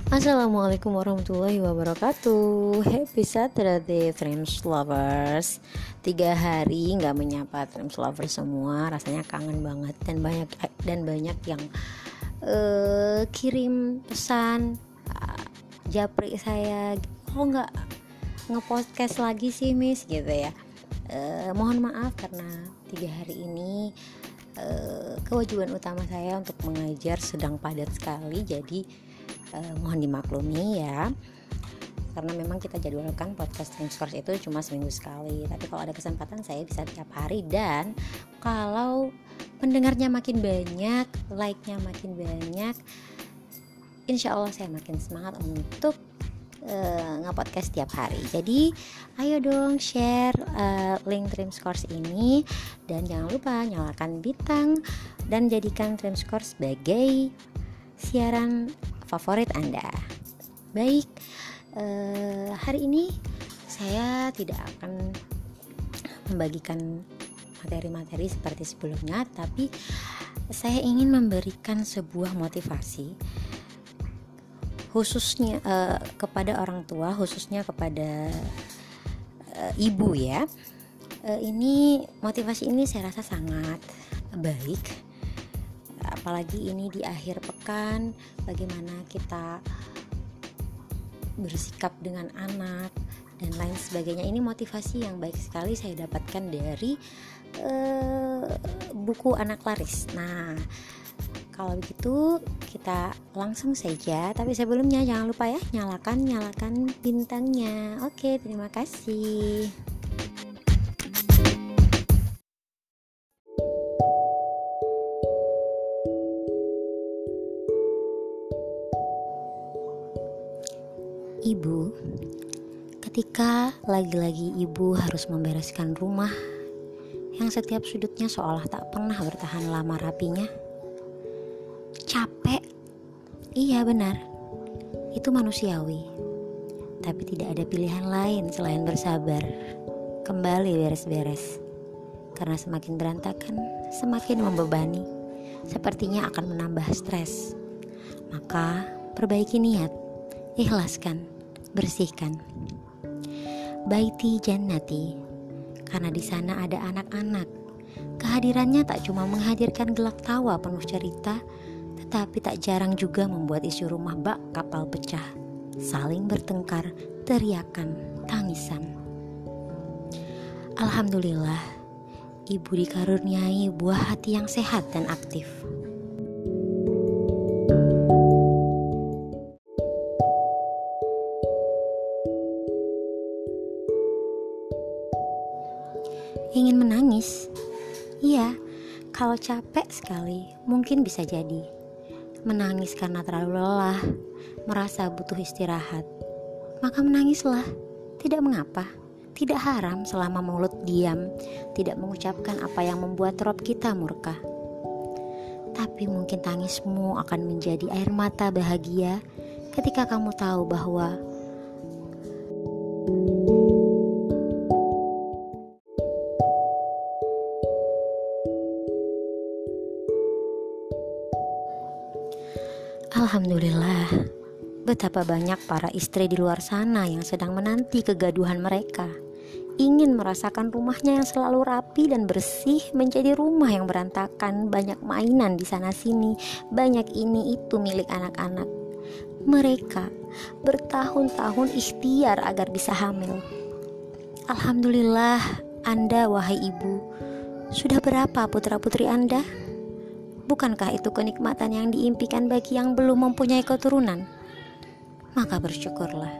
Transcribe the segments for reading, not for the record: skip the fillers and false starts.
Assalamualaikum warahmatullahi wabarakatuh. Happy Saturday Dreams Lovers. 3 hari gak menyapa Dreams Lovers semua. Rasanya kangen banget. Dan banyak yang kirim pesan, japri saya, kok gak nge-podcast lagi sih Miss, gitu ya. Mohon maaf karena 3 hari ini kewajiban utama saya untuk mengajar sedang padat sekali. Jadi mohon dimaklumi ya, karena memang kita jadwalkan podcast Dreams Course itu cuma seminggu sekali. Tapi kalau ada kesempatan saya bisa tiap hari. Dan kalau pendengarnya makin banyak, like-nya makin banyak, insya Allah saya makin semangat untuk nge-podcast tiap hari. Jadi ayo dong share link Dreams Course ini. Dan jangan lupa nyalakan bintang dan jadikan Dreams Course sebagai siaran favorit Anda. Baik, hari ini saya tidak akan membagikan materi-materi seperti sebelumnya, tapi saya ingin memberikan sebuah motivasi khususnya kepada orang tua, khususnya kepada ibu ya. Ini motivasi ini saya rasa sangat baik, apalagi ini di akhir pekan, bagaimana kita bersikap dengan anak dan lain sebagainya. Ini motivasi yang baik sekali saya dapatkan dari buku Anak Laris. Nah, kalau begitu kita langsung saja. Tapi sebelumnya jangan lupa ya, nyalakan bintangnya. Oke, terima kasih. Ibu, ketika lagi-lagi ibu harus membereskan rumah yang setiap sudutnya seolah tak pernah bertahan lama rapinya, capek. Iya benar, itu manusiawi. Tapi tidak ada pilihan lain selain bersabar, kembali beres-beres. Karena semakin berantakan, semakin membebani, sepertinya akan menambah stres. Maka perbaiki niat, ikhlaskan, bersihkan. Baiti jannati, karena di sana ada anak-anak. Kehadirannya tak cuma menghadirkan gelak tawa penuh cerita, tetapi tak jarang juga membuat isi rumah bak kapal pecah, saling bertengkar, teriakan, tangisan. Alhamdulillah, ibu dikaruniai buah hati yang sehat dan aktif. Ingin menangis? Iya, kalau capek sekali mungkin bisa jadi. Menangis karena terlalu lelah, merasa butuh istirahat. Maka menangislah, tidak mengapa. Tidak haram selama mulut diam, tidak mengucapkan apa yang membuat rob kita murka. Tapi mungkin tangismu akan menjadi air mata bahagia ketika kamu tahu bahwa alhamdulillah, betapa banyak para istri di luar sana yang sedang menanti kegaduhan mereka. Ingin merasakan rumahnya yang selalu rapi dan bersih menjadi rumah yang berantakan, banyak mainan di sana sini, banyak ini itu milik anak-anak. Mereka bertahun-tahun ikhtiar agar bisa hamil. Alhamdulillah, Anda wahai ibu, sudah berapa putra-putri Anda? Bukankah itu kenikmatan yang diimpikan bagi yang belum mempunyai keturunan? Maka bersyukurlah.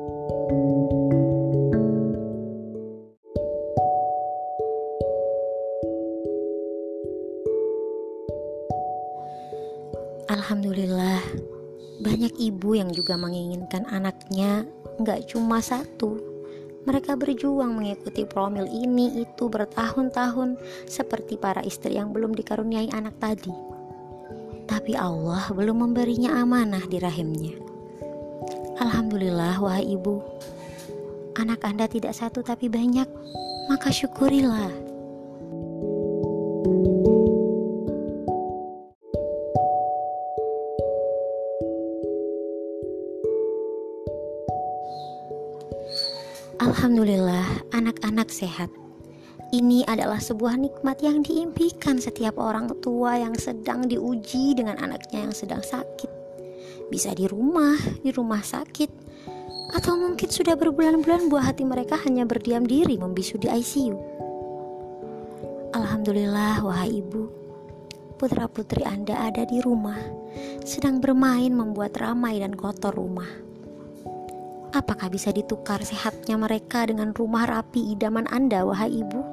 Alhamdulillah, banyak ibu yang juga menginginkan anaknya gak cuma satu. Mereka berjuang mengikuti promil ini itu bertahun-tahun, seperti para istri yang belum dikaruniai anak tadi. Tapi Allah belum memberinya amanah di rahimnya. Alhamdulillah wahai ibu, anak Anda tidak satu tapi banyak, maka syukurilah. Alhamdulillah, anak-anak sehat. Ini adalah sebuah nikmat yang diimpikan setiap orang tua yang sedang diuji dengan anaknya yang sedang sakit. Bisa di rumah sakit, atau mungkin sudah berbulan-bulan buah hati mereka hanya berdiam diri membisu di ICU. Alhamdulillah, wahai ibu, putra-putri Anda ada di rumah, sedang bermain membuat ramai dan kotor rumah. Apakah bisa ditukar sehatnya mereka dengan rumah rapi idaman Anda, wahai ibu?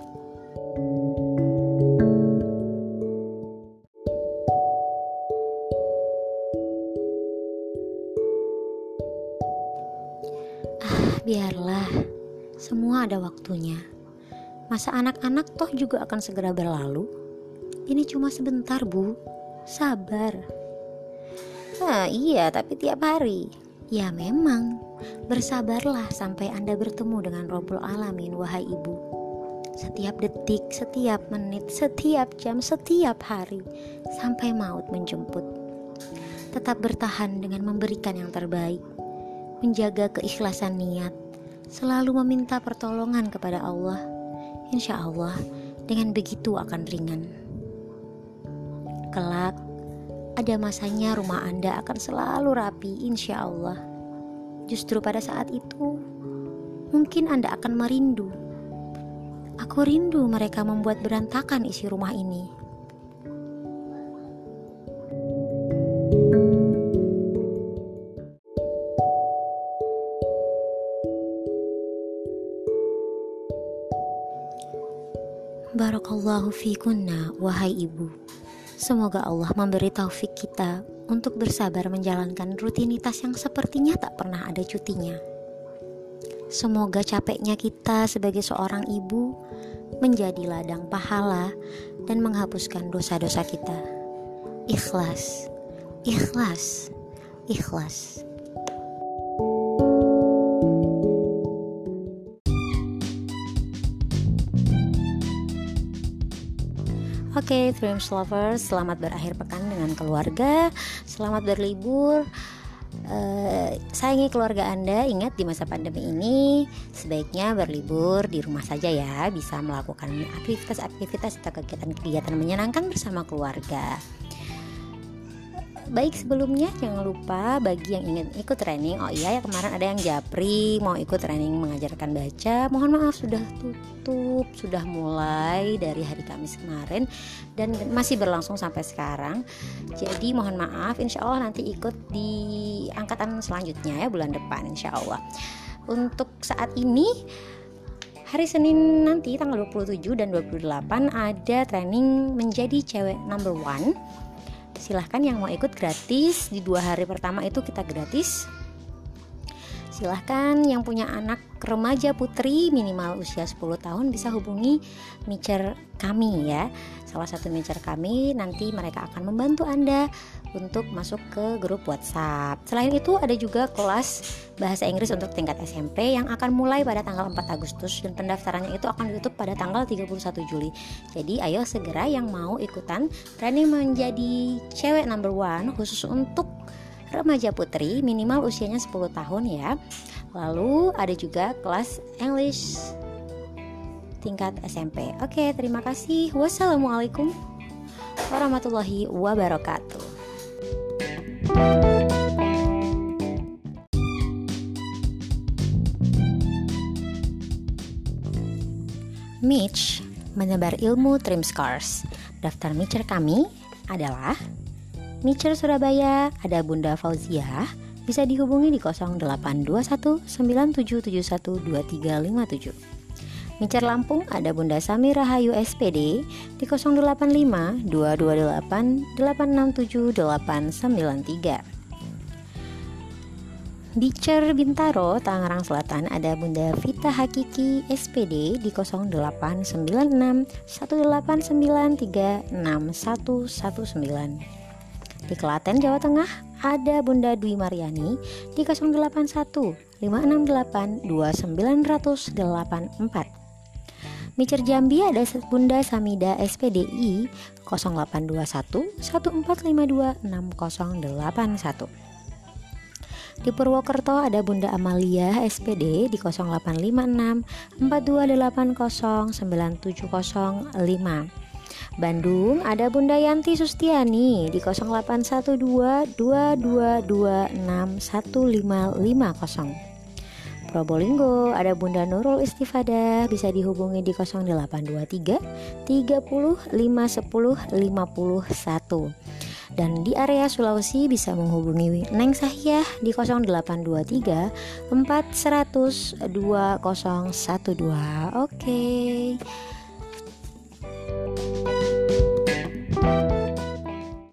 Biarlah, semua ada waktunya. Masa anak-anak toh juga akan segera berlalu. Ini cuma sebentar, Bu. Sabar. Iya, tapi tiap hari. Ya memang, bersabarlah sampai Anda bertemu dengan Rabbul Alamin, wahai ibu. Setiap detik, setiap menit, setiap jam, setiap hari, sampai maut menjemput. Tetap bertahan dengan memberikan yang terbaik, menjaga keikhlasan niat, selalu meminta pertolongan kepada Allah. Insya Allah, dengan begitu akan ringan. Kelak, ada masanya rumah Anda akan selalu rapi, insya Allah. Justru pada saat itu, mungkin Anda akan merindu. Aku rindu mereka membuat berantakan isi rumah ini. Barakallahu fikunna, wahai ibu. Semoga Allah memberi taufik kita untuk bersabar menjalankan rutinitas yang sepertinya tak pernah ada cutinya. Semoga capeknya kita sebagai seorang ibu menjadi ladang pahala dan menghapuskan dosa-dosa kita. Ikhlas, ikhlas, ikhlas. Oke, Dreams Lovers, selamat berakhir pekan dengan keluarga, selamat berlibur. Sayangi keluarga Anda. Ingat, di masa pandemi ini sebaiknya berlibur di rumah saja ya, bisa melakukan aktivitas-aktivitas atau kegiatan-kegiatan menyenangkan bersama keluarga. Baik, sebelumnya jangan lupa bagi yang ingin ikut training, oh iya ya, kemarin ada yang japri mau ikut training mengajarkan baca, mohon maaf sudah tutup, sudah mulai dari hari Kamis kemarin dan masih berlangsung sampai sekarang. Jadi mohon maaf, insya Allah nanti ikut di angkatan selanjutnya ya, bulan depan insya Allah. Untuk saat ini hari Senin nanti tanggal 27 dan 28 ada training menjadi cewek number 1. Silahkan yang mau ikut gratis. Di 2 hari pertama itu kita gratis. Silahkan yang punya anak remaja putri minimal usia 10 tahun bisa hubungi Micer kami ya. Salah satu Micer kami, nanti mereka akan membantu Anda untuk masuk ke grup WhatsApp. Selain itu ada juga kelas bahasa Inggris untuk tingkat SMP yang akan mulai pada tanggal 4 Agustus dan pendaftarannya itu akan ditutup pada tanggal 31 Juli. Jadi ayo segera yang mau ikutan training menjadi cewek number 1 khusus untuk remaja putri minimal usianya 10 tahun ya. Lalu ada juga kelas English tingkat SMP. Oke, terima kasih. Wassalamualaikum warahmatullahi wabarakatuh. Mitch menebar ilmu trim scars. Daftar Micer kami adalah Micer Surabaya, ada Bunda Fauzia, bisa dihubungi di 0821 9771 2357. Micer Lampung ada Bunda Sami Rahayu SPD di 085 228 867 893. Micer Bintaro Tangerang Selatan ada Bunda Vita Hakiki SPD di 0896 189 36119. Di Klaten Jawa Tengah ada Bunda Dwi Mariani di 081 568 2984. Micer Jambi ada Bunda Samida SPDI 0821 1452 6081. Di Purwokerto ada Bunda Amalia SPD di 0856 4280 9705. Bandung ada Bunda Yanti Sustiani di 0812 2226 1550. Probolinggo ada Bunda Nurul Istifadah, bisa dihubungi di 0823 30 510 51. Dan di area Sulawesi bisa menghubungi Neng Sahyah di 0823 400 2012. Oke.